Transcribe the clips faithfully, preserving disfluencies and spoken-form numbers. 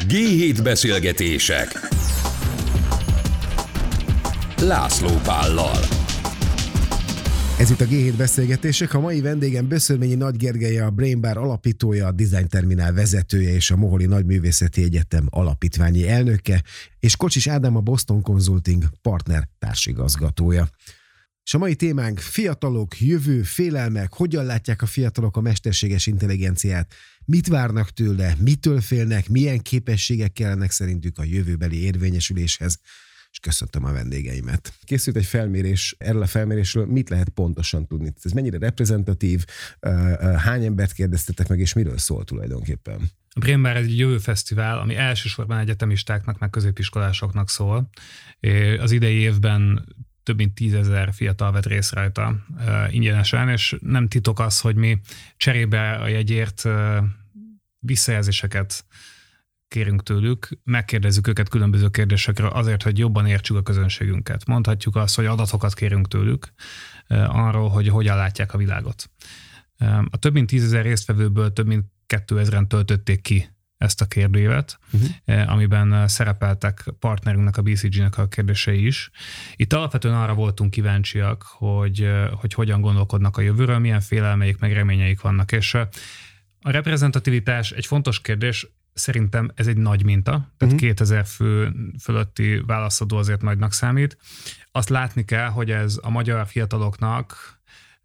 gé hét beszélgetések László Pállal. Ez itt a gé hét beszélgetések. A mai vendégem Böszörményi Nagy Gergely, a Brain Bar alapítója, a Design Terminál vezetője és a Moholi Nagyművészeti Egyetem alapítványi elnöke, és Kocsis Ádám, a Boston Consulting partner társigazgatója. És a mai témánk fiatalok, jövő, félelmek, hogyan látják a fiatalok a mesterséges intelligenciát, mit várnak tőle, mitől félnek, milyen képességek kellenek szerintük a jövőbeli érvényesüléshez, és köszöntöm a vendégeimet. Készült egy felmérés, erről a felmérésről mit lehet pontosan tudni? Ez mennyire reprezentatív, hány embert kérdeztetek meg, és miről szól tulajdonképpen? A Brain Bar egy jövőfesztivál, ami elsősorban egyetemistáknak, meg középiskolásoknak szól. Az idei évben több mint tízezer fiatal vett részt rajta uh, ingyenesen, és nem titok az, hogy mi cserébe a jegyért uh, visszajelzéseket kérünk tőlük, megkérdezzük őket különböző kérdésekről azért, hogy jobban értsük a közönségünket. Mondhatjuk azt, hogy adatokat kérünk tőlük uh, arról, hogy hogyan látják a világot. Uh, a több mint tízezer résztvevőből több mint kétezren töltötték ki ezt a kérdőívet, uh-huh. amiben szerepeltek partnerünknek, a bé cé gé-nek a kérdései is. Itt alapvetően arra voltunk kíváncsiak, hogy, hogy hogyan gondolkodnak a jövőről, milyen félelmeik, meg reményeik vannak. És a reprezentativitás egy fontos kérdés, szerintem ez egy nagy minta, tehát uh-huh. kétezer fő fölötti válaszadó azért nagynak számít. Azt látni kell, hogy ez a magyar fiataloknak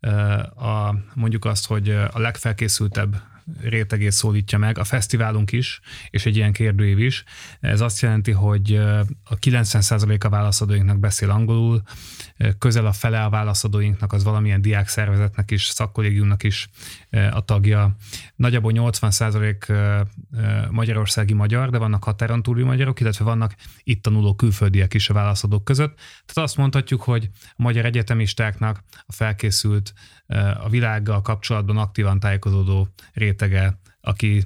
a, mondjuk azt, hogy a legfelkészültebb rétegét szólítja meg, a fesztiválunk is, és egy ilyen kérdőív is. Ez azt jelenti, hogy a kilencven százalék a válaszadóinknak beszél angolul, közel a fele a válaszadóinknak az valamilyen diákszervezetnek is, szakkollégiumnak is a tagja. Nagyjából nyolcvan százalék magyarországi magyar, de vannak határon túli magyarok, illetve vannak itt tanuló külföldiek is a válaszadók között. Tehát azt mondhatjuk, hogy a magyar egyetemistáknak a felkészült, a világgal kapcsolatban aktívan tájékozódó rétege, aki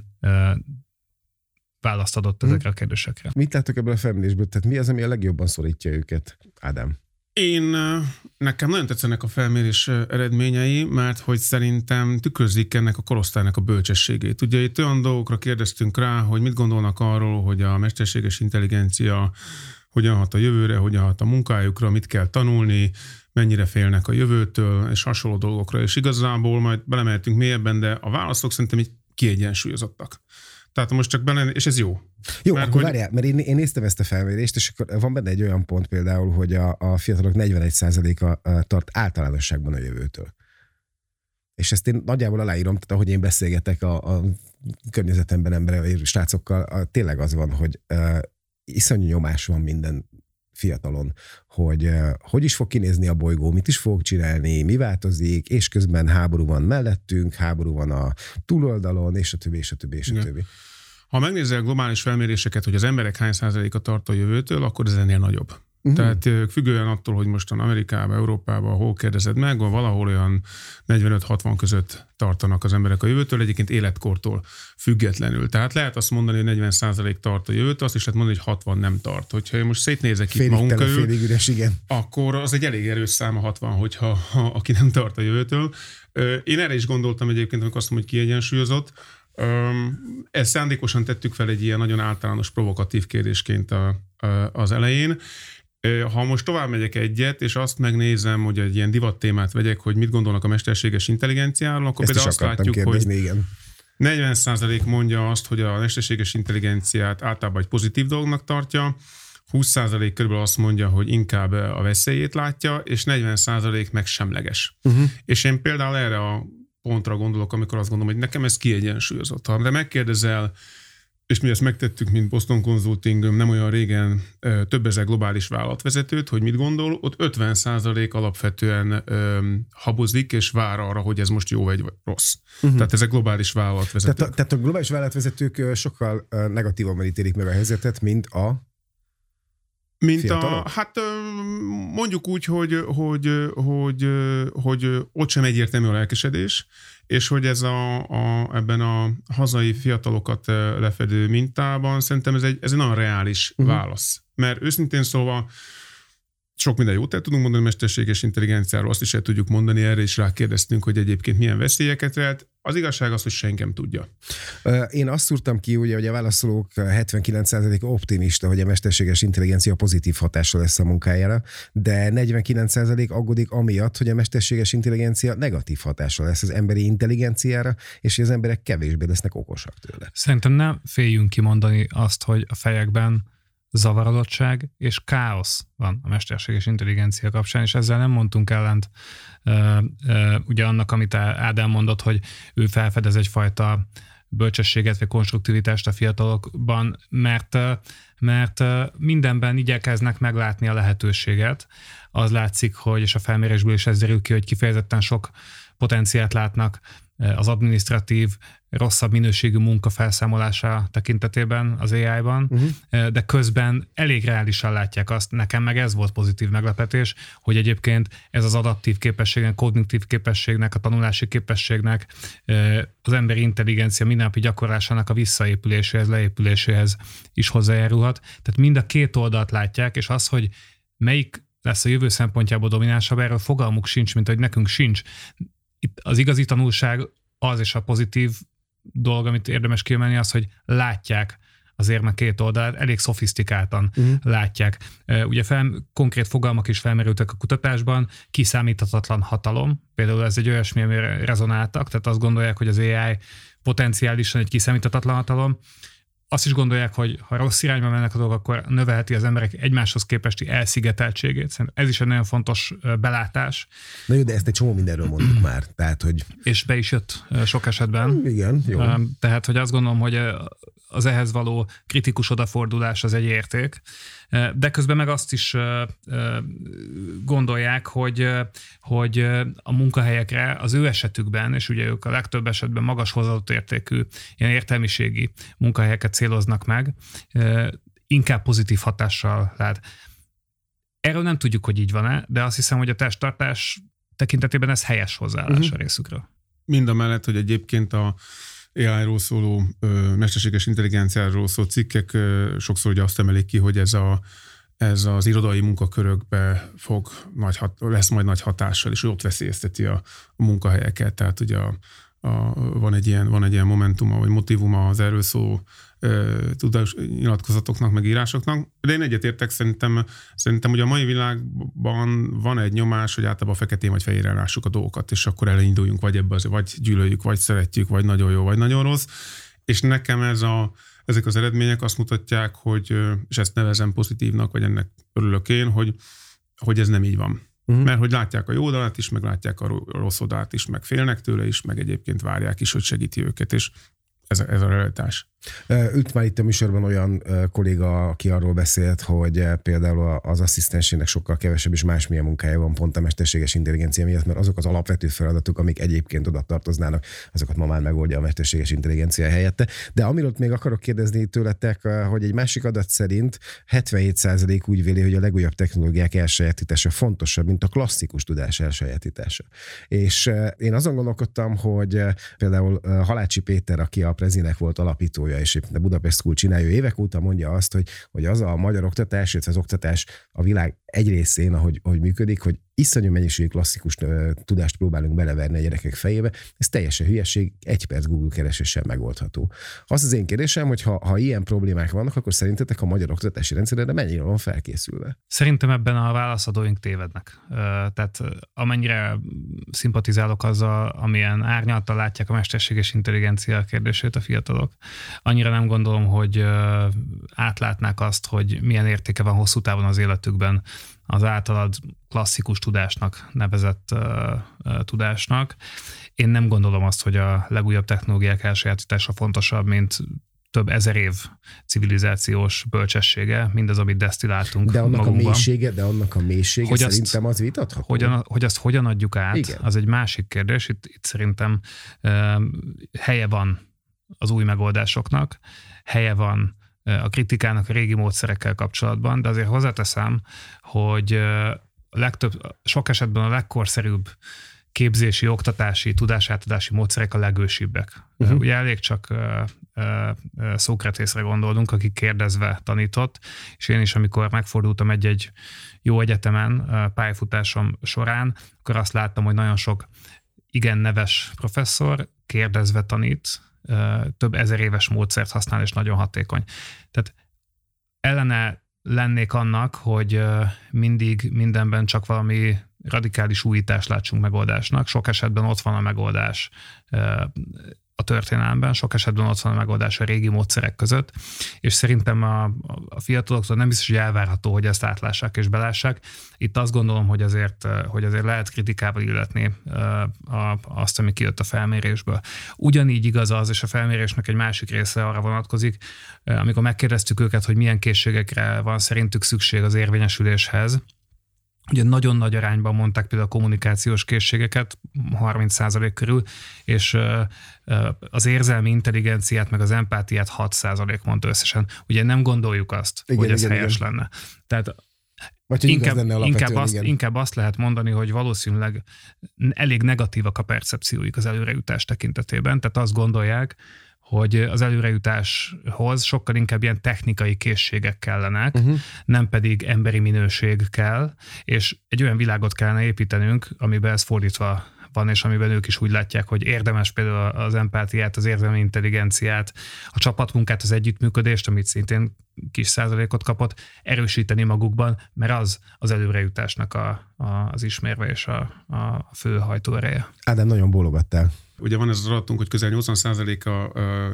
választ adott ezekre a kérdésekre. Mit láttok ebből a felmérésből? Tehát mi az, ami a legjobban szorítja őket, Ádám? Én, nekem nagyon tetszenek a felmérés eredményei, mert hogy szerintem tükrözik ennek a korosztálynak a bölcsességét. Ugye itt olyan dolgokra kérdeztünk rá, hogy mit gondolnak arról, hogy a mesterséges intelligencia hogyan hat a jövőre, hogyan hat a munkájukra, mit kell tanulni, mennyire félnek a jövőtől, és hasonló dolgokra. És igazából majd belemeltünk mélyebben, de a válaszok szerintem így kiegyensúlyozottak. Tehát most csak benne, és ez jó. Jó, mert akkor hogy... várjál, mert én, én néztem ezt a felmérést, és akkor van benne egy olyan pont például, hogy a, a fiatalok negyvenegy százaléka tart általánosságban a jövőtől. És ezt én nagyjából aláírom, tehát ahogy én beszélgetek a, a környezetemben emberek, srácokkal, a, tényleg az van, hogy uh, iszonyú nyomás van minden fiatalon, hogy uh, hogy is fog kinézni a bolygó, mit is fog csinálni, mi változik, és közben háború van mellettünk, háború van a túloldalon, és a többi, és a többi, és a többi. Ja. Ha megnézel globális felméréseket, hogy az emberek hány százaléka tart a jövőtől, akkor ez ennél nagyobb. Uh-huh. Tehát függően attól, hogy mostan Amerikában, Európában, hol kérdezed meg, valahol olyan negyvenöt-hatvan között tartanak az emberek a jövőtől, egyébként életkortól függetlenül. Tehát lehet azt mondani, hogy negyven százalék tart a jövőtől, azt is lehet mondani, hogy hatvan nem tart. Hogyha én most szétnézek itt magunk körül, félig üres, igen. akkor az egy elég erős szám a hatvan, hogyha ha, aki nem tart a jövőtől. Én erre is gondoltam egyébként, amikor azt mondom, hogy kiegyensúlyozott. Ezt szándékosan tettük fel egy ilyen nagyon általános provokatív kérdésként a, a, az elején. Ha most tovább megyek egyet, és azt megnézem, hogy egy ilyen divat témát vegyek, hogy mit gondolnak a mesterséges intelligenciáról, akkor ezt például azt látjuk, hogy igen. negyven százalék mondja azt, hogy a mesterséges intelligenciát általában egy pozitív dolognak tartja, húsz százalék körülbelül azt mondja, hogy inkább a veszélyét látja, és negyven százalék meg semleges. Uh-huh. És én például erre a pontra gondolok, amikor azt gondolom, hogy nekem ez kiegyensúlyozott. Ha de megkérdezel, és mi ezt megtettük, mint Boston Consulting nem olyan régen több ezer globális vállalatvezetőt, hogy mit gondol, ott ötven százalék alapvetően öm, habozik, és vár arra, hogy ez most jó vagy rossz. Uh-huh. Tehát ezek globális vállalatvezetők. Tehát a, tehát a globális vállalatvezetők sokkal negatívabban ítélik meg a helyzetet, mint a Mint fiatalok? a, hát mondjuk úgy, hogy, hogy, hogy, hogy ott sem egyértelmű a lelkesedés, és hogy ez a, a, ebben a hazai fiatalokat lefedő mintában szerintem ez egy, ez egy nagyon reális uh-huh. válasz. Mert őszintén szólva sok minden jót el tudunk mondani a mesterséges intelligenciáról, azt is el tudjuk mondani, erre is rákérdeztünk, hogy egyébként milyen veszélyeket rejt. Az igazság az, hogy senki nem tudja. Én azt szúrtam ki, ugye, hogy a válaszolók hetvenkilenc százalék optimista, hogy a mesterséges intelligencia pozitív hatással lesz a munkájára, de negyvenkilenc százalék aggódik amiatt, hogy a mesterséges intelligencia negatív hatással lesz az emberi intelligenciára, és hogy az emberek kevésbé lesznek okosak tőle. Szerintem nem féljünk kimondani azt, hogy a fejekben zavarodottság és káosz van a mesterséges intelligencia kapcsán, és ezzel nem mondtunk ellent uh, uh, ugye annak, amit Ádám mondott, hogy ő felfedez egyfajta bölcsességet vagy konstruktivitást a fiatalokban, mert, uh, mert uh, mindenben igyekeznek meglátni a lehetőséget. Az látszik, hogy, és a felmérésből is ez derül ki, hogy kifejezetten sok potenciált látnak az adminisztratív, rosszabb minőségű munka felszámolása tekintetében az á í-ban, uh-huh. de közben elég reálisan látják azt, nekem meg ez volt pozitív meglepetés, hogy egyébként ez az adaptív képességnek, kognitív képességnek, a tanulási képességnek, az emberi intelligencia mindennapi gyakorlásának a visszaépüléséhez, leépüléséhez is hozzájárulhat. Tehát mind a két oldalt látják, és az, hogy melyik lesz a jövő szempontjából dominánsabb, erről fogalmuk sincs, mint hogy nekünk sincs. Itt az igazi tanulság az, és a pozitív dolog, amit érdemes kiemelni, az, hogy látják az érme két oldalát, elég szofisztikáltan uh-huh. látják. Ugye fel, konkrét fogalmak is felmerültek a kutatásban, kiszámíthatatlan hatalom, például ez egy olyasmi, amire rezonáltak, tehát azt gondolják, hogy az á í potenciálisan egy kiszámíthatatlan hatalom. Azt is gondolják, hogy ha rossz irányba mennek a dolgok, akkor növelheti az emberek egymáshoz képesti elszigeteltségét. Szerintem ez is egy nagyon fontos belátás. Na jó, de ezt egy csomó mindenről mondtuk már. Tehát, hogy... És be is jött sok esetben. Igen, jó. Tehát, hogy azt gondolom, hogy az ehhez való kritikus odafordulás az egy érték. De közben meg azt is gondolják, hogy, hogy a munkahelyekre az ő esetükben, és ugye ők a legtöbb esetben magas hozzáadott értékű, ilyen értelmiségi munkahelyeket céloznak meg, inkább pozitív hatással lát. Erről nem tudjuk, hogy így van-e, de azt hiszem, hogy a testtartás tekintetében ez helyes hozzáállás uh-huh. a részükről. Mind a mellett, hogy egyébként a á í-ról szóló, ö, mesterséges intelligenciáról szóló cikkek ö, sokszor ugye azt emelik ki, hogy ez, a, ez az irodai munkakörökbe fog nagy hat, lesz majd nagy hatással, és ott veszélyezteti a, a munkahelyeket. Tehát ugye a, a, van, egy ilyen, van egy ilyen momentuma, vagy motivuma az erről szóló tudás nyilatkozatoknak, meg írásoknak. De én egyetértek, szerintem, szerintem hogy a mai világban van egy nyomás, hogy általában feketén vagy fehéren lássuk a dolgokat, és akkor elinduljunk, vagy ebbe az, vagy gyűlöljük, vagy szeretjük, vagy nagyon jó, vagy nagyon rossz. És nekem ez a, ezek az eredmények azt mutatják, hogy, és ezt nevezem pozitívnak, vagy ennek örülök én, hogy, hogy ez nem így van. Uh-huh. Mert hogy látják a jó oldalát is, meg látják a rossz oldalát is, meg félnek tőle is, meg egyébként várják is, hogy segíti őket, és ez a, ez a realitás. Ült már itt a műsorban olyan kolléga, aki arról beszélt, hogy például az asszisztensének sokkal kevesebb és másmilyen munkája van pont a mesterséges intelligencia miatt, mert azok az alapvető feladatok, amik egyébként oda tartoznának, azokat ma már megoldja a mesterséges intelligencia helyette. De amiről még akarok kérdezni tőletek, hogy egy másik adat szerint hetvenhét százalék úgy véli, hogy a legújabb technológiák elsajátítása fontosabb, mint a klasszikus tudás elsajátítása. És én azon gondolkodtam, hogy például Halácsi Péter, aki a Prezinek volt alapítója, és éppen a Budapest School csinálja, évek óta mondja azt, hogy, hogy az a magyar oktatás, illetve az oktatás a világ egy részén, ahogy, ahogy működik, hogy iszonyú mennyiségű klasszikus tudást próbálunk beleverni a gyerekek fejébe, ez teljesen hülyeség, egy perc Google kereséssel megoldható. Az az én kérdésem, hogy ha, ha ilyen problémák vannak, akkor szerintetek a magyar oktatási rendszerre mennyire van felkészülve? Szerintem ebben a válaszadóink tévednek. Tehát amennyire szimpatizálok azzal, amilyen árnyaltan látják a mesterséges intelligencia kérdését a fiatalok, annyira nem gondolom, hogy átlátnák azt, hogy milyen értéke van hosszú távon az életükben az általad klasszikus tudásnak nevezett uh, uh, tudásnak. Én nem gondolom azt, hogy a legújabb technológiák elsajátítása fontosabb, mint több ezer év civilizációs bölcsessége, mindaz, amit desztilláltunk de annak magunkban. A mélysége, de annak a mélysége hogy szerintem azt, az vitatható. Hogyan, hogy azt hogyan adjuk át, igen. Az egy másik kérdés. Itt, itt szerintem uh, helye van az új megoldásoknak, helye van a kritikának a régi módszerekkel kapcsolatban, de azért hozzáteszem, hogy a legtöbb, sok esetben a legkorszerűbb képzési, oktatási, tudásátadási módszerek a legősibbek. Uh-huh. Ugye elég csak uh, uh, Szókratészre gondolunk, aki kérdezve tanított, és én is, amikor megfordultam egy-egy jó egyetemen uh, pályafutásom során, akkor azt láttam, hogy nagyon sok igen neves professzor kérdezve tanít, uh, több ezer éves módszert használ, és nagyon hatékony. Tehát ellene lennék annak, hogy uh, mindig mindenben csak valami radikális újítást látsunk megoldásnak. Sok esetben ott van a megoldás a történelemben, sok esetben ott van a megoldás a régi módszerek között, és szerintem a, a fiataloktól nem biztos, hogy elvárható, hogy ezt átlássák és belássák. Itt azt gondolom, hogy azért, hogy azért lehet kritikával illetni azt, ami kijött a felmérésből. Ugyanígy igaz az, és a felmérésnek egy másik része arra vonatkozik, amikor megkérdeztük őket, hogy milyen készségekre van szerintük szükség az érvényesüléshez. Ugye nagyon nagy arányban mondták például a kommunikációs készségeket, harminc százalék körül, és az érzelmi intelligenciát, meg az empátiát hat százalék mondta összesen. Ugye nem gondoljuk azt, igen, hogy ez igen, helyes igen. lenne. Tehát Vagy inkább, lenne inkább, azt, inkább azt lehet mondani, hogy valószínűleg elég negatívak a percepcióik az előrejutás tekintetében, tehát azt gondolják, hogy az előrejutáshoz sokkal inkább ilyen technikai készségek kellenek, uh-huh. nem pedig emberi minőség kell, és egy olyan világot kellene építenünk, amiben ez fordítva van, és amiben ők is úgy látják, hogy érdemes például az empátiát, az érzelmi intelligenciát, a csapatmunkát, az együttműködést, amit szintén kis százalékot kapott, erősíteni magukban, mert az az előrejutásnak a, a, az ismérve és a, a fő hajtóereje. Ádám, nagyon bólogattál. Ugye van ez az adatunk, hogy közel nyolcvan százalék a,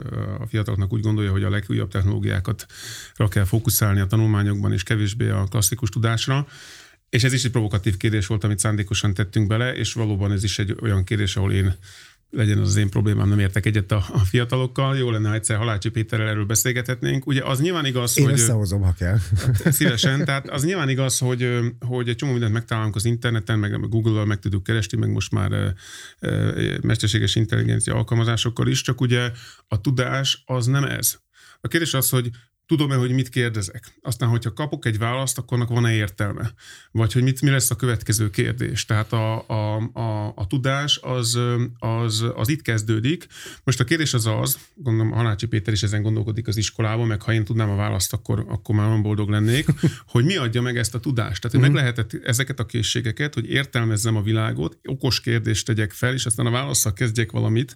a fiataloknak úgy gondolja, hogy a legújabb technológiákat kell fókuszálni a tanulmányokban, és kevésbé a klasszikus tudásra. És ez is egy provokatív kérdés volt, amit szándékosan tettünk bele, és valóban ez is egy olyan kérdés, ahol én, legyen az, az én problémám, nem értek egyet a, a fiatalokkal. Jó lenne, ha egyszer Halácsi Péterrel erről beszélgethetnénk. Ugye az nyilván igaz, én hogy... Én összehozom, ha kell. Szívesen. Tehát az nyilván igaz, hogy, hogy egy csomó mindent megtalálunk az interneten, meg Google-al meg tudjuk keresni, meg most már e, e, mesterséges intelligencia alkalmazásokkal is, csak ugye a tudás az nem ez. A kérdés az, hogy tudom-e, hogy mit kérdezek? Aztán, hogyha kapok egy választ, akkor annak van-e értelme? Vagy hogy mit, mi lesz a következő kérdés? Tehát a, a, a, a tudás az, az, az itt kezdődik. Most a kérdés az az, gondolom Halácsi Péter is ezen gondolkodik az iskolában, meg ha én tudnám a választ, akkor, akkor már olyan boldog lennék, hogy mi adja meg ezt a tudást. Tehát, hogy meg lehetett ezeket a készségeket, hogy értelmezzem a világot, okos kérdést tegyek fel, és aztán a válasszal kezdjek valamit,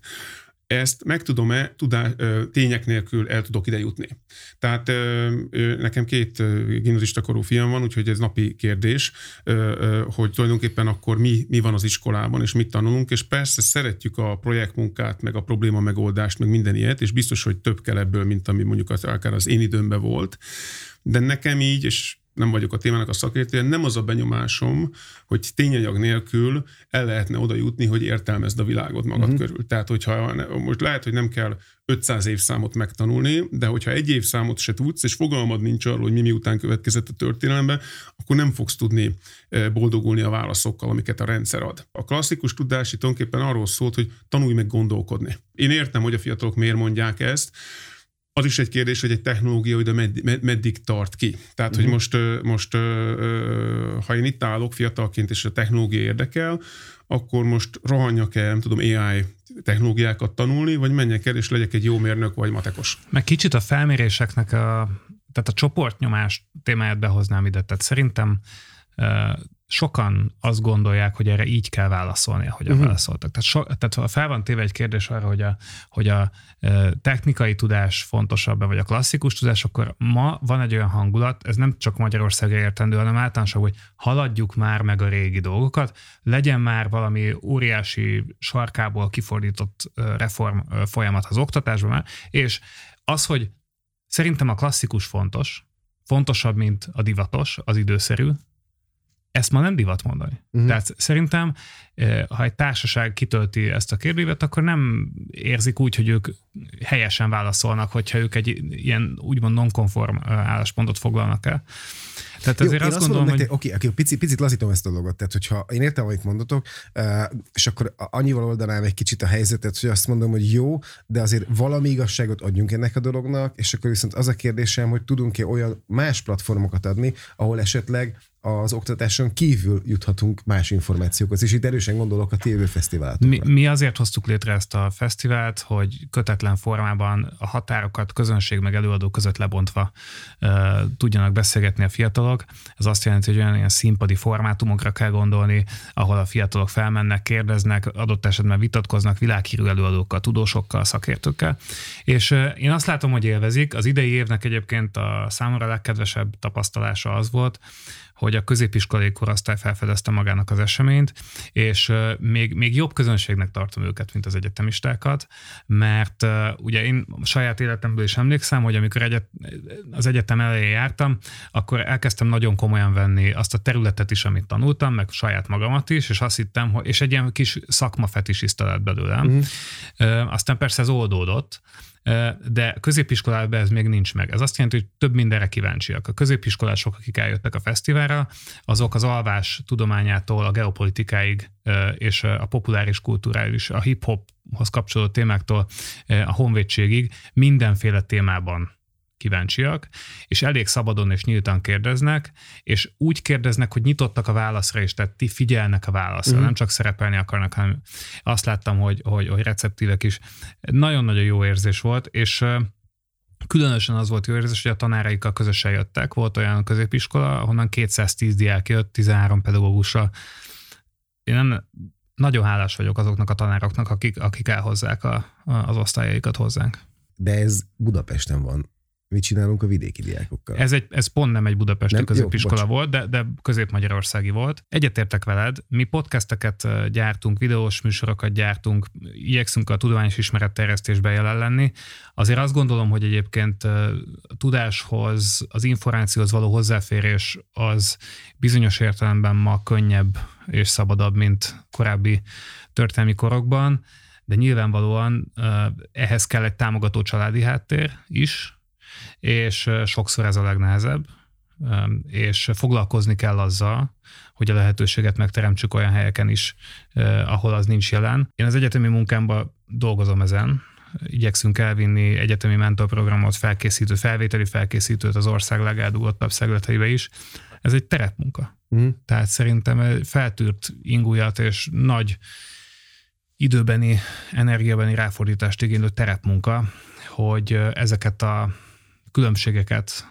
ezt meg tudom-e tudás, tények nélkül el tudok ide jutni. Tehát nekem két gimnazista korú fiam van, úgyhogy ez napi kérdés, hogy tulajdonképpen akkor mi, mi van az iskolában, és mit tanulunk, és persze szeretjük a projektmunkát, meg a probléma megoldást, meg minden ilyet, és biztos, hogy több kell ebből, mint ami mondjuk akár az én időmben volt, de nekem így, és nem vagyok a témának a szakértője, nem az a benyomásom, hogy tényanyag nélkül el lehetne oda jutni, hogy értelmezd a világot magad uh-huh. körül. Tehát, hogyha most lehet, hogy nem kell ötszáz évszámot megtanulni, de hogyha egy évszámot se tudsz, és fogalmad nincs arról, hogy mi miután következett a történelemben, akkor nem fogsz tudni boldogulni a válaszokkal, amiket a rendszer ad. A klasszikus tudás tulajdonképpen arról szólt, hogy tanulj meg gondolkodni. Én értem, hogy a fiatalok miért mondják ezt. Az is egy kérdés, hogy egy technológia hogy med, meddig tart ki. Tehát, uh-huh. hogy most, most, ha én itt állok fiatalként, és a technológia érdekel, akkor most rohanjak-e, nem tudom, á i technológiákat tanulni, vagy menjek el, és legyek egy jó mérnök, vagy matekos. Meg kicsit a felméréseknek, a, tehát a csoportnyomás témáját behoznám ide. Tehát szerintem sokan azt gondolják, hogy erre így kell válaszolni, ahogyan uh-huh. válaszoltak. Tehát, so, tehát ha fel van téve egy kérdés arra, hogy a, hogy a technikai tudás fontosabb, vagy a klasszikus tudás, akkor ma van egy olyan hangulat, ez nem csak Magyarországra értendő, hanem általánosan, hogy haladjuk már meg a régi dolgokat, legyen már valami óriási sarkából kifordított reform folyamat az oktatásban már, és az, hogy szerintem a klasszikus fontos, fontosabb, mint a divatos, az időszerű, ezt ma nem divat mondani. Uh-huh. Tehát szerintem, ha egy társaság kitölti ezt a kérdőívet, akkor nem érzik úgy, hogy ők helyesen válaszolnak, hogyha ők egy ilyen úgymond non-konform álláspontot foglalnak el. Tehát azért Jó, azt, azt gondolom, mondom, hogy... Oké, okay, picit, picit lazítom ezt a dolgot, tehát hogyha én értem, amit mondotok, és akkor annyival oldanám egy kicsit a helyzetet, hogy azt mondom, hogy jó, de azért valami igazságot adjunk ennek a dolognak, és akkor viszont az a kérdésem, hogy tudunk-e olyan más platformokat adni, ahol esetleg az oktatáson kívül juthatunk más információkhoz, és itt erősen gondolok a té vé fesztiválokra. Mi, mi azért hoztuk létre ezt a fesztivált, hogy kötetlen formában a határokat közönség meg előadó között lebontva uh, tudjanak beszélgetni a fiatalok. Ez azt jelenti, hogy olyan ilyen színpadi formátumokra kell gondolni, ahol a fiatalok felmennek, kérdeznek, adott esetben vitatkoznak világhírű előadókkal, tudósokkal, szakértőkkel. És uh, én azt látom, hogy élvezik. Az idei évnek egyébként a számomra legkedvesebb tapasztalása az volt, hogy a középiskolai korosztály felfedezte magának az eseményt, és uh, még, még jobb közönségnek tartom őket, mint az egyetemistákat, mert uh, ugye én saját életemből is emlékszem, hogy amikor egyet, az egyetem elején jártam, akkor elkezdtem nagyon komolyan venni azt a területet is, amit tanultam, meg saját magamat is, és azt hittem, hogy, és egy ilyen kis szakmafetisiszta lett belőlem. Mm. Uh, aztán persze ez oldódott, de középiskolában ez még nincs meg. Ez azt jelenti, hogy több mindenre kíváncsiak. A középiskolások, akik eljöttek a fesztiválra, azok az alvás tudományától a geopolitikáig és a populáris kultúrális, a hip-hophoz kapcsolódó témáktól a honvédségig mindenféle témában kíváncsiak, és elég szabadon és nyíltan kérdeznek, és úgy kérdeznek, hogy nyitottak a válaszra is, tehát ti figyelnek a válaszra, mm. nem csak szerepelni akarnak, hanem azt láttam, hogy, hogy, hogy receptívek is. Nagyon-nagyon jó érzés volt, és különösen az volt jó érzés, hogy a tanáraikkal közösen jöttek. Volt olyan középiskola, ahonnan kétszáztíz diák jött, tizenhárom pedagógusra. Én nem, nagyon hálás vagyok azoknak a tanároknak, akik, akik elhozzák a, a, az osztályaikat hozzánk. De ez Budapesten van. Mit csinálunk a vidéki diákokkal? Ez, egy, ez pont nem egy budapesti nem? középiskola Jó, volt, de, de közép-magyarországi volt. Egyetértek veled, mi podcasteket gyártunk, videós műsorokat gyártunk, igyekszünk a tudományos ismeretterjesztésben jelen lenni. Azért azt gondolom, hogy egyébként a tudáshoz, az információhoz való hozzáférés az bizonyos értelemben ma könnyebb és szabadabb, mint korábbi történelmi korokban, de nyilvánvalóan ehhez kell egy támogató családi háttér is, és sokszor ez a legnehezebb, és foglalkozni kell azzal, hogy a lehetőséget megteremtsük olyan helyeken is, ahol az nincs jelen. Én az egyetemi munkámban dolgozom ezen, igyekszünk elvinni egyetemi mentorprogramot, felkészítő, felvételi felkészítőt az ország legeldugottabb szegleteibe is. Ez egy terepmunka. Mm. Tehát szerintem feltűrt ingújat és nagy időbeni, energiabeni ráfordítást igénylő terepmunka, hogy ezeket a különbségeket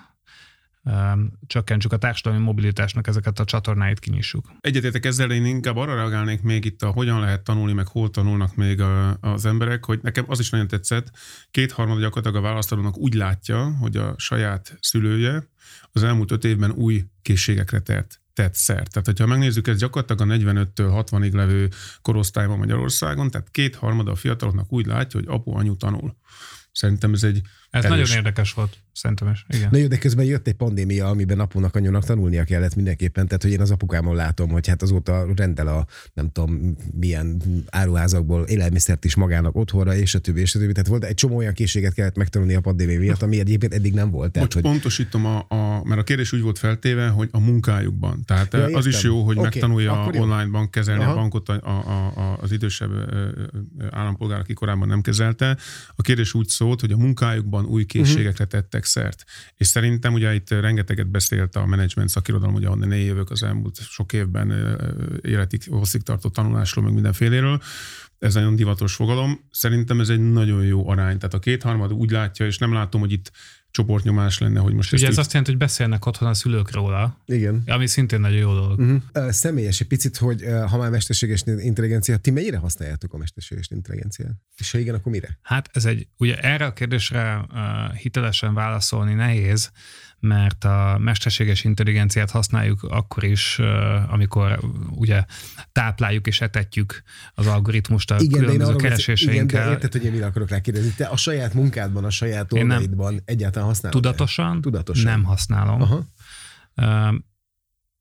um, csökkentsük, a társadalmi mobilitásnak ezeket a csatornáit kinyissuk. Egyetértek ezzel, én inkább arra reagálnék még itt a hogyan lehet tanulni, meg hol tanulnak még a, az emberek, hogy nekem az is nagyon tetszett, kétharmad gyakorlatilag a választadónak úgy látja, hogy a saját szülője az elmúlt öt évben új készségekre tett. tett szert. Tehát, hogyha megnézzük, ez gyakorlatilag a negyvenöttől hatvanig levő korosztályban Magyarországon, tehát kétharmada a fiataloknak úgy látja, hogy apu, anyu tanul. Szerintem ez egy Ez erős. nagyon érdekes volt, szerintem is. Igen. Na jó, de közben jött egy pandémia, amiben apunak, anyónak tanulnia kellett mindenképpen, tehát hogy én az apukámon látom, hogy hát azóta rendel a nem tudom milyen áruházakból élelmiszert is magának otthonra, és a többi, és a többi. Tehát volt egy csomó olyan készséget kellett megtanulni a pandémia miatt, ami egyébként eddig nem volt. Tehát, Bocs, hogy... pontosítom, a, a, mert a kérdés úgy volt feltéve, hogy a munkájukban. Tehát ja, az is jó, hogy okay, megtanulja online-ban kezelni Aha. a bankot a, a, a, az idősebb állampolgár, aki korábban nem kezelte. A kérdés úgy szólt, hogy a munkájukban új készségekre tettek szert. És szerintem ugye itt rengeteget beszélt a menedzsment szakirodalom, ugye ahonnan én jövök az elmúlt sok évben életig hosszig tartó tanulásról, meg mindenféléről. Ez nagyon divatos fogalom. Szerintem ez egy nagyon jó arány. Tehát a kétharmad úgy látja, és nem látom, hogy itt csoportnyomás lenne, hogy most ugye ez így... azt jelenti, hogy beszélnek otthon a szülők róla. Igen. Ami szintén nagyon jó dolog. Uh-huh. Személyes egy picit, hogy ha már mesterséges intelligencia, ti mennyire használjátok a mesterséges intelligenciát? És ha igen, akkor mire? Hát ez egy, ugye erre a kérdésre uh, hitelesen válaszolni nehéz, mert a mesterséges intelligenciát használjuk akkor is, uh, amikor uh, ugye tápláljuk és etetjük az algoritmust a igen, különböző kereséseinkkel. Igen, de érted, hogy én mire akarok rá kérdezni. Te a saját munkádban, a saját oldalaidban egyáltalán használod? Tudatosan, Tudatosan? Nem használom. Aha. Uh,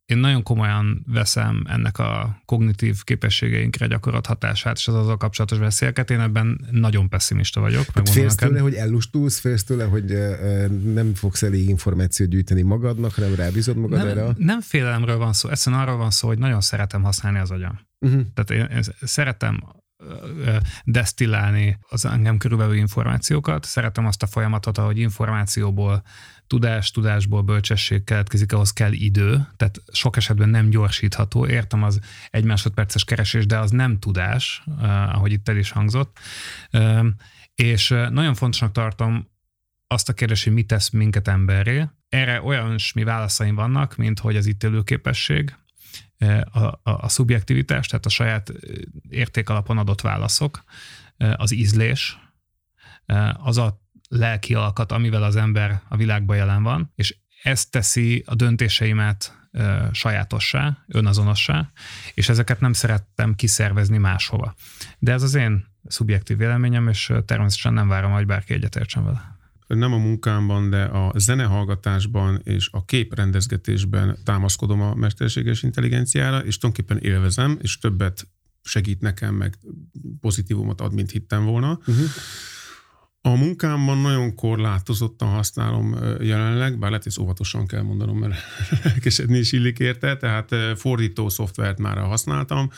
én nagyon komolyan veszem ennek a kognitív képességeinkre gyakorolt hatását, és az azzal kapcsolatos veszélyeket. Én ebben nagyon pessimista vagyok. Félsz tőle, hogy ellustulsz, félsz tőle, hogy nem fogsz elég információt gyűjteni magadnak, hanem rábízod magad nem, erre? Nem félelemről van szó, egyszerűen arról van szó, hogy nagyon szeretem használni az agyam. Uh-huh. Tehát én, én szeretem desztillálni az engem körülbelül információkat, szeretem azt a folyamatot, ahogy információból tudás, tudásból bölcsesség keletkezik, ahhoz kell idő, tehát sok esetben nem gyorsítható, értem az egy másodperces keresés, de az nem tudás, ahogy itt el is hangzott, és nagyon fontosnak tartom azt a kérdést, hogy mit tesz minket emberré. Erre olyan mi válaszaim vannak, mint hogy az ítélőképesség, A, a, a szubjektivitás, tehát a saját értékalapon adott válaszok, az ízlés, az a lelki alkat, amivel az ember a világban jelen van, és ez teszi a döntéseimet sajátossá, önazonossá, és ezeket nem szerettem kiszervezni máshova. De ez az én szubjektív véleményem, és természetesen nem várom, hogy bárki egyetértsen vele. Nem a munkámban, de a zenehallgatásban és a képrendezgetésben támaszkodom a mesterséges intelligenciára, és tulajdonképpen élvezem, és többet segít nekem, meg pozitívumot ad, mint hittem volna. Uh-huh. A munkámban nagyon korlátozottan használom jelenleg, bár lehet, hogy óvatosan kell mondanom, mert elkesedni is illik érte, tehát fordító szoftvert már használtam,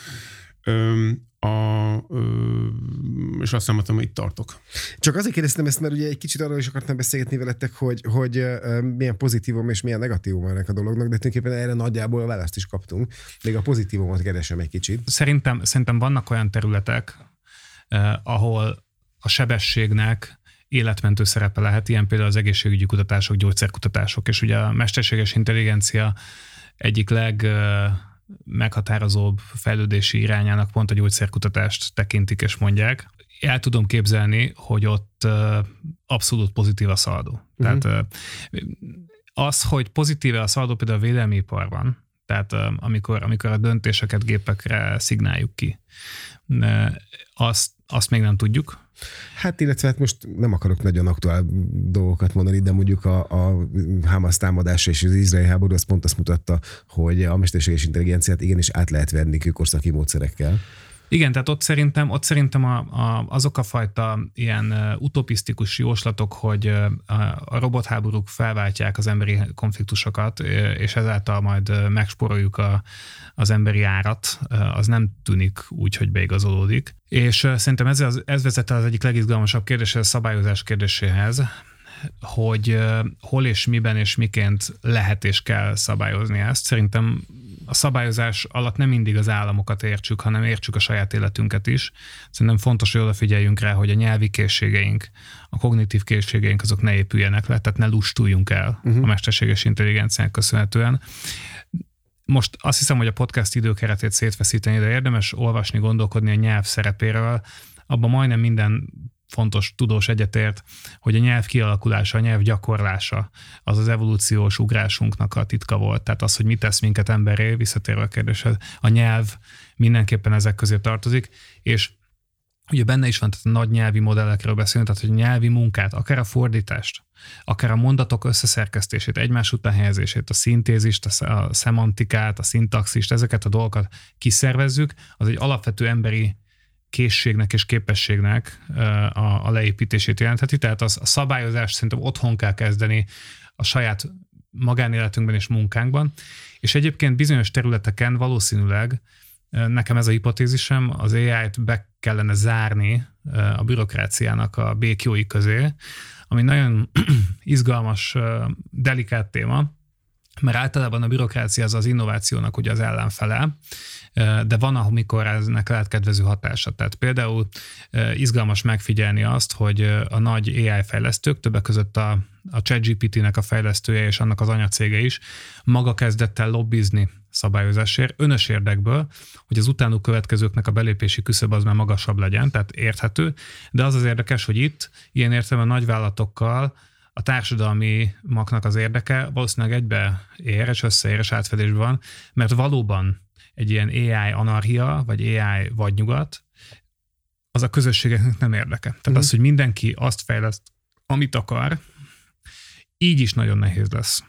A, ö, és azt mondtam, hogy itt tartok. Csak azért kérdeztem ezt, mert ugye egy kicsit arról is akartam beszélgetni veletek, hogy, hogy uh, milyen pozitívum és milyen negatívum ennek a dolognak, de tulajdonképpen erre nagyjából a választ is kaptunk. Még a pozitívumot keresem egy kicsit. Szerintem, szerintem vannak olyan területek, eh, ahol a sebességnek életmentő szerepe lehet, ilyen például az egészségügyi kutatások, gyógyszerkutatások, és ugye a mesterséges intelligencia egyik leg eh, meghatározóbb fejlődési irányának pont a gyógyszerkutatást tekintik és mondják. El tudom képzelni, hogy ott abszolút pozitív a szaldó. Uh-huh. Tehát az, hogy pozitív a szaldó például a védelmi iparban, tehát amikor, amikor a döntéseket gépekre szignáljuk ki, azt, azt még nem tudjuk. Hát illetve hát most nem akarok nagyon aktuál dolgokat mondani, de mondjuk a, a Hamas támadása és az izraeli háború az pont azt mutatta, hogy a mesterséges intelligenciát igenis át lehet venni kőkorszaki módszerekkel. Igen, tehát ott szerintem, ott szerintem a, a, azok a fajta ilyen utopisztikus jóslatok, hogy a robotháborúk felváltják az emberi konfliktusokat, és ezáltal majd megspóroljuk a, az emberi árat, az nem tűnik úgy, hogy beigazolódik. És szerintem ez, az, ez vezet az egyik legizgalmasabb kérdéshez, a szabályozás kérdéséhez, hogy hol és miben és miként lehet és kell szabályozni ezt. Szerintem a szabályozás alatt nem mindig az államokat értsük, hanem értsük a saját életünket is. Szerintem fontos, hogy odafigyeljünk rá, hogy a nyelvi készségeink, a kognitív készségeink azok ne épüljenek le, tehát ne lustuljunk el uh-huh. a mesterséges intelligenciának köszönhetően. Most azt hiszem, hogy a podcast időkeretét szétfeszíteni, de érdemes olvasni, gondolkodni a nyelv szerepéről. Abban majdnem minden fontos tudós egyetért, hogy a nyelv kialakulása, a nyelv gyakorlása az az evolúciós ugrásunknak a titka volt. Tehát az, hogy mit tesz minket emberré, visszatérve a kérdéshez, a nyelv mindenképpen ezek közé tartozik, és ugye benne is van, tehát a nagy nyelvi modellekről beszélünk, tehát hogy a nyelvi munkát, akár a fordítást, akár a mondatok összeszerkesztését, egymás után helyezését, a szintézist, a szemantikát, a szintaxist, ezeket a dolgokat kiszervezzük, az egy alapvető emberi készségnek és képességnek a, a leépítését jelentheti. Tehát az, a szabályozást szerintem otthon kell kezdeni a saját magánéletünkben és munkánkban. És egyébként bizonyos területeken valószínűleg, nekem ez a hipotézisem, az á í-t be kellene zárni a bürokráciának a békjói közé, ami nagyon izgalmas, delikát téma, mert általában a bürokrácia az az innovációnak ugye az ellenfele, de van, amikor ennek lehet kedvező hatása. Tehát például izgalmas megfigyelni azt, hogy a nagy á í fejlesztők, többek között a, a ChatGPT-nek a fejlesztője és annak az anyacége is maga kezdett el lobbizni szabályozásért, önös érdekből, hogy az utánuk következőknek a belépési küszöb az már magasabb legyen, tehát érthető, de az az érdekes, hogy itt ilyen értelemben nagyvállalatokkal a társadalmi maknak az érdeke valószínűleg egybe ér, és összeér, és átfedésben van, mert valóban egy ilyen á í anarchia, vagy á í vadnyugat, az a közösségeknek nem érdeke. Tehát mm. az, hogy mindenki azt fejleszt, amit akar, így is nagyon nehéz lesz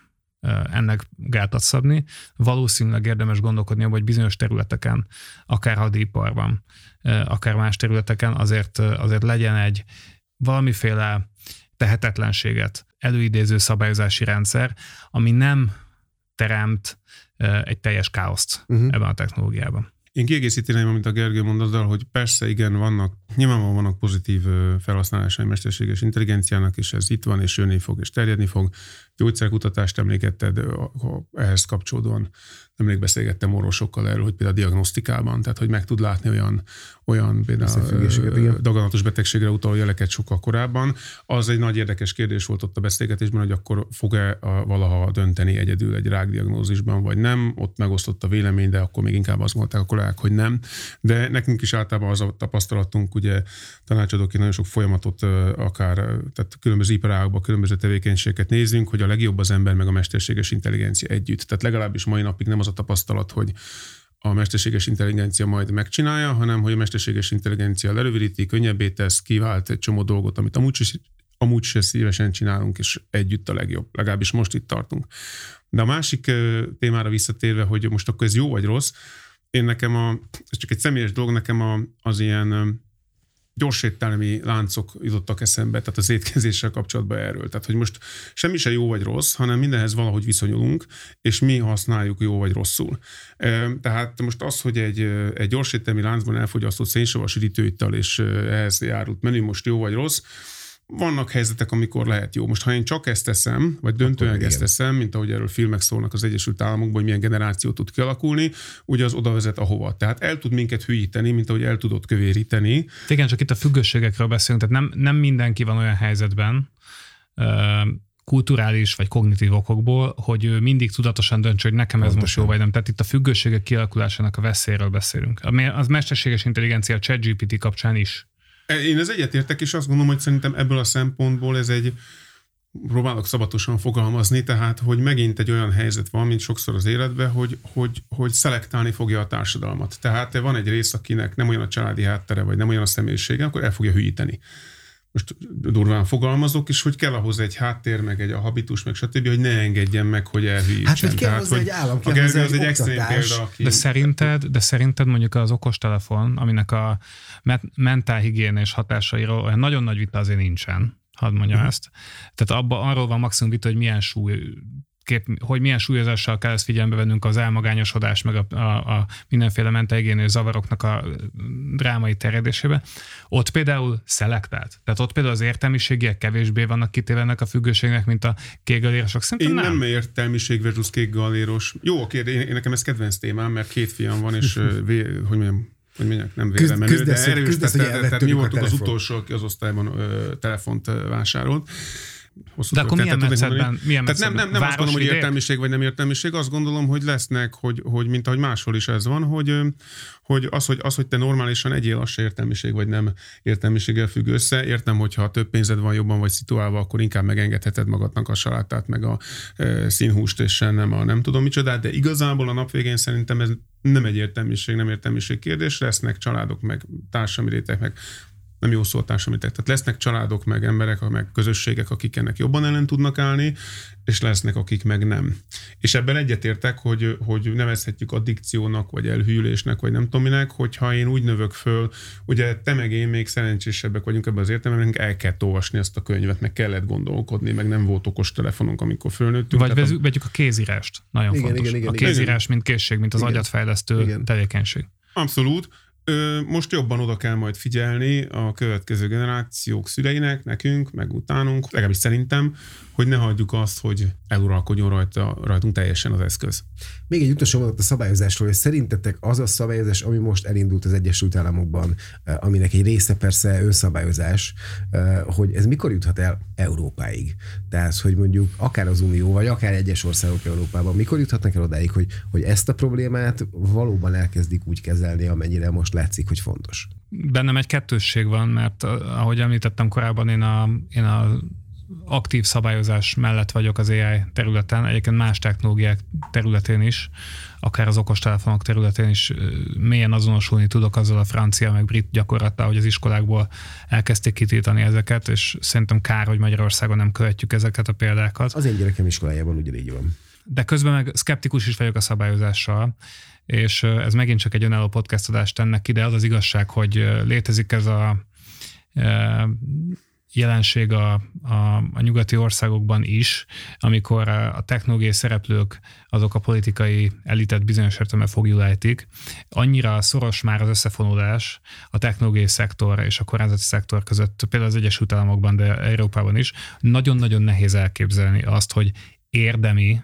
ennek gátat szabni. Valószínűleg érdemes gondolkodni, hogy bizonyos területeken, akár hadiiparban, akár más területeken azért, azért legyen egy valamiféle tehetetlenséget előidéző szabályozási rendszer, ami nem teremt egy teljes káoszt uh-huh. ebben a technológiában. Én kiegészíteném, amit a Gergő mondattál, hogy persze igen, vannak, nyilvánvalóan vannak pozitív felhasználásai mesterséges intelligenciának, és ez itt van, és jönni fog, és terjedni fog. Gyógyszerkutatást emlékezted, ehhez kapcsolódóan nemrég beszélgettem orvosokkal erről, hogy például a diagnosztikában, tehát hogy meg tud látni olyan, olyan például daganatos betegségre utaló jeleket sokkal korábban. Az egy nagy érdekes kérdés volt ott a beszélgetésben, hogy akkor fog-e valaha dönteni egyedül egy rákdiagnózisban, vagy nem. Ott megosztott a vélemény, de akkor még inkább azt mondták a kollégák, hogy nem. De nekünk is általában az a tapasztalatunk, ugye tanácsadóként nagyon sok folyamatot, akár tehát különböző iparágokban, különböző tevékenységeket nézünk, hogy a legjobb az ember meg a mesterséges intelligencia együtt. Tehát legalábbis mai napig nem az a tapasztalat, hogy a mesterséges intelligencia majd megcsinálja, hanem hogy a mesterséges intelligencia lerövidíti, könnyebbé tesz, kivált egy csomó dolgot, amit amúgy is, amúgy is szívesen csinálunk, és együtt a legjobb. Legalábbis most itt tartunk. De a másik témára visszatérve, hogy most akkor ez jó vagy rossz, én nekem a, ez csak egy személyes dolog, nekem a, az ilyen gyorséttermi láncok jutottak eszembe, tehát az étkezéssel kapcsolatban erről. Tehát, hogy most semmi se jó vagy rossz, hanem mindenhez valahogy viszonyulunk, és mi használjuk jó vagy rosszul. Tehát most az, hogy egy, egy gyorséttermi láncban elfogyasztott szénsavas üdítőital és ehhez járult menü most jó vagy rossz, vannak helyzetek, amikor lehet jó. Most ha én csak ezt teszem, vagy döntően ezt teszem, mint ahogy erről filmek szólnak az Egyesült Államokban, hogy milyen generáció tud kialakulni, ugye az oda vezet ahova. Tehát el tud minket hülyíteni, mint ahogy el tudod kövéríteni. Igen, csak itt a függőségekről beszélünk, tehát nem, nem mindenki van olyan helyzetben, kulturális vagy kognitív okokból, hogy ő mindig tudatosan döntse, hogy nekem ez Pontosan. most jó vagy nem. Tehát itt a függőségek kialakulásának a veszélyről beszélünk. Az mesterséges intelligencia a ChatGPT kapcsán is. Én ez egyetértek, és azt gondolom, hogy szerintem ebből a szempontból ez egy, próbálok szabatosan fogalmazni, tehát, hogy megint egy olyan helyzet van, mint sokszor az életben, hogy, hogy, hogy szelektálni fogja a társadalmat. Tehát van egy rész, akinek nem olyan a családi háttere, vagy nem olyan a személyisége, akkor el fogja hülyíteni. Most durván fogalmazok, és hogy kell ahhoz egy háttér, meg egy a habitus, meg stb., hogy ne engedjen meg meg, hogy elhűítsen. Hát, hogy kell Tehát, hozzá egy állam, kell hozzá egy, egy extrém példa. Aki... De szerinted, de szerinted mondjuk az okostelefon, aminek a mentálhigiénés hatásairól olyan nagyon nagy vita azért nincsen, hadd mondjam uh-huh. ezt. Tehát abba, arról van maximum vita, hogy milyen súly Kép, hogy milyen súlyozással kell ezt figyelembe vennünk, az elmagányosodás, meg a, a, a mindenféle mentálhigiénés zavaroknak a drámai terjedésébe. Ott például szelektált. Tehát ott például az értelmiségiek kevésbé vannak kitéve ennek a függőségnek, mint a kékgalérosok. Szerintem én nem. nem értelmiség versus kékgalléros. Jó, oké, de én, én nekem ez kedvenc témám, mert két fiam van, és vé, hogy mondjam, hogy mondjak, nem véle menő, de erős, tehát mi voltunk az utolsó, aki az osztályban ö, telefont ö, vásárolt. De akkor milyen metszetben? Tehát nem, nem, nem azt gondolom, hogy értelmiség vagy nem értelmiség, azt gondolom, hogy lesznek, hogy, hogy mint ahogy máshol is ez van, hogy, hogy, az, hogy az, hogy te normálisan egyél, az se értelmiség vagy nem értelmiséggel függ össze. Értem, hogyha több pénzed van, jobban vagy szituálva, akkor inkább megengedheted magadnak a salátát, meg a e, színhúst, és nem a nem tudom micsodát, de igazából a nap végén szerintem ez nem egy értelmiség, nem értelmiség kérdés. Lesznek családok, meg társadalmi rétegek, meg nem jó szó a társadalmi réteg. Tehát lesznek családok, meg emberek, meg közösségek, akik ennek jobban ellen tudnak állni, és lesznek, akik meg nem. És ebben egyetértek, hogy, hogy nevezhetjük addikciónak, vagy elhűlésnek, vagy nem tudom minek, hogyha én úgy növök föl, ugye te meg én még szerencsésebbek vagyunk ebben az értelemben, hogy el kell olvasni ezt a könyvet, meg kellett gondolkodni, meg nem volt okos telefonunk, amikor fölnőttünk. Vagy a... vegyük a kézírást. Nagyon igen, fontos. Igen, igen, a kézírás, igen. mint készség, mint az igen. agyatfejlesztő igen. tevékenység. Abszolút. Most jobban oda kell majd figyelni a következő generációk szüleinek, nekünk, meg utánunk, legalábbis szerintem, hogy ne hagyjuk azt, hogy eluralkodjon rajta, rajtunk teljesen az eszköz. Még egy utolsó mondat a szabályozásról, hogy szerintetek az a szabályozás, ami most elindult az Egyesült Államokban, aminek egy része persze önszabályozás, hogy ez mikor juthat el Európáig? Tehát, hogy mondjuk akár az Unió, vagy akár egyes országok Európában, mikor juthatnak el odáig, hogy, hogy ezt a problémát valóban elkezdik úgy kezelni, amennyire most látszik, hogy fontos? Bennem egy kettősség van, mert ahogy említettem korábban, én a, én a aktív szabályozás mellett vagyok az á i területen, egyébként más technológiák területén is, akár az okostelefonok területén is mélyen azonosulni tudok azzal a francia meg brit gyakorlattal, hogy az iskolákból elkezdték kitiltani ezeket, és szerintem kár, hogy Magyarországon nem követjük ezeket a példákat. Az én gyerekem iskolájában ugyanígy van. de közben meg szkeptikus is vagyok a szabályozással, és ez megint csak egy önálló podcast adást tennek ki, de az az igazság, hogy létezik ez a jelenség a, a, a nyugati országokban is, amikor a technológiai szereplők azok a politikai elitet bizonyos értelemben fogjulejtik. Annyira szoros már az összefonódás a technológiai szektor és a kormányzati szektor között, például az Egyesült Államokban, de Európában is. Nagyon-nagyon nehéz elképzelni azt, hogy érdemi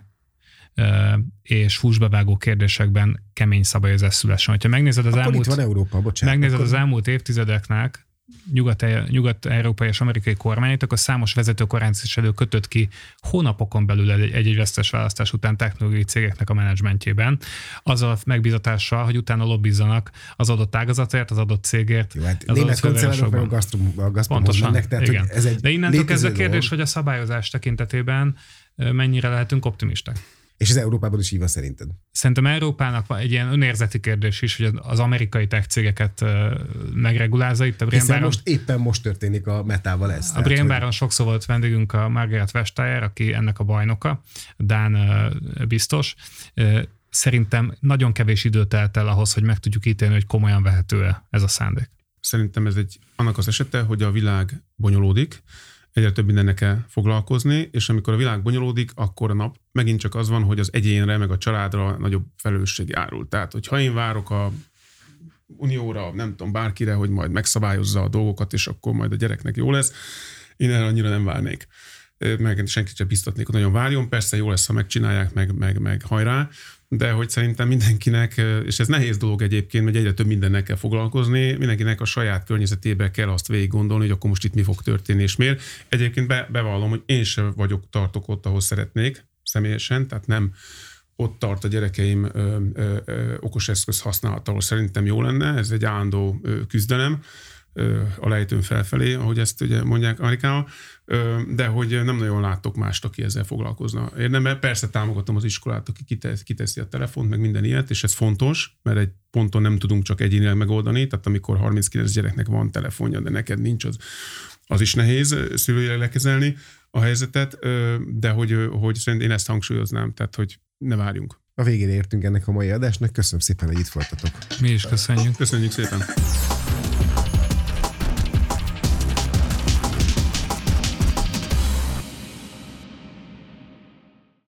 és fúsbevágó kérdésekben kemény szabályozás szülessen. Ha megnézed az Akkor elmúlt, itt van Európa, bocsánat. megnézed Akkor... az elmúlt évtizedeknek nyugat, nyugat-európai és amerikai kormányait, akkor számos vezető kormányzatiselő kötött ki hónapokon belül egy-egy vesztes választás után technológiai cégeknek a menedzsmentjében, azzal megbízatással, hogy utána lobbizzanak az adott ágazatért, az adott cégért. Jó, hát német koncernálnak meg a Gazpromhoz mennek, tehát igen. ez egy de innentől kezdve dolog. kérdés, hogy a szabályozás tekintetében mennyire lehetünk optimisták. És az Európában is így van szerinted? Szerintem Európának van egy ilyen önérzeti kérdés is, hogy az amerikai tech cégeket megregulázza. Itt a Hiszen most éppen most történik a Metával ez. A Brainbaron hogy... sokszor volt vendégünk a Margaret Vestager, aki ennek a bajnoka, Dán biztos. Szerintem nagyon kevés idő telt el ahhoz, hogy meg tudjuk ítélni, hogy komolyan vehető-e ez a szándék. Szerintem ez egy annak az esete, hogy a világ bonyolódik, egyre több mindennek kell foglalkozni, és amikor a világ bonyolódik, akkor a nap megint csak az van, hogy az egyénre, meg a családra nagyobb felelősség járul. Tehát, hogyha én várok a unióra, nem tudom, bárkire, hogy majd megszabályozza a dolgokat, és akkor majd a gyereknek jó lesz, én erre annyira nem várnék. Meg senkit sem biztatnék, hogy nagyon várjon. Persze jó lesz, ha megcsinálják, meg, meg, meg hajrá, de hogy szerintem mindenkinek, és ez nehéz dolog egyébként, hogy egyre több mindennel kell foglalkozni, mindenkinek a saját környezetébe kell azt végig gondolni, hogy akkor most itt mi fog történni és miért. Egyébként be, bevallom, hogy én sem vagyok, tartok ott, ahol szeretnék személyesen, tehát nem ott tart a gyerekeim ö, ö, ö, okos eszköz használatáról, szerintem jó lenne, ez egy állandó ö, küzdelem, a lejtőn felfelé, ahogy ezt ugye mondják Amerikában, de hogy nem nagyon látok mást, aki ezzel foglalkozna. Érdemben persze támogatom az iskolát, aki kiteszi a telefont, meg minden ilyet, és ez fontos, mert egy ponton nem tudunk csak egyénileg megoldani, tehát amikor harminckilenc gyereknek van telefonja, de neked nincs, az, az is nehéz szülőileg lekezelni a helyzetet, de hogy, hogy szerintem én ezt hangsúlyoznám, tehát hogy ne várjunk. A végére értünk ennek a mai adásnak, köszönöm szépen, hogy itt voltatok. Mi is köszönjük. Köszönjük szépen.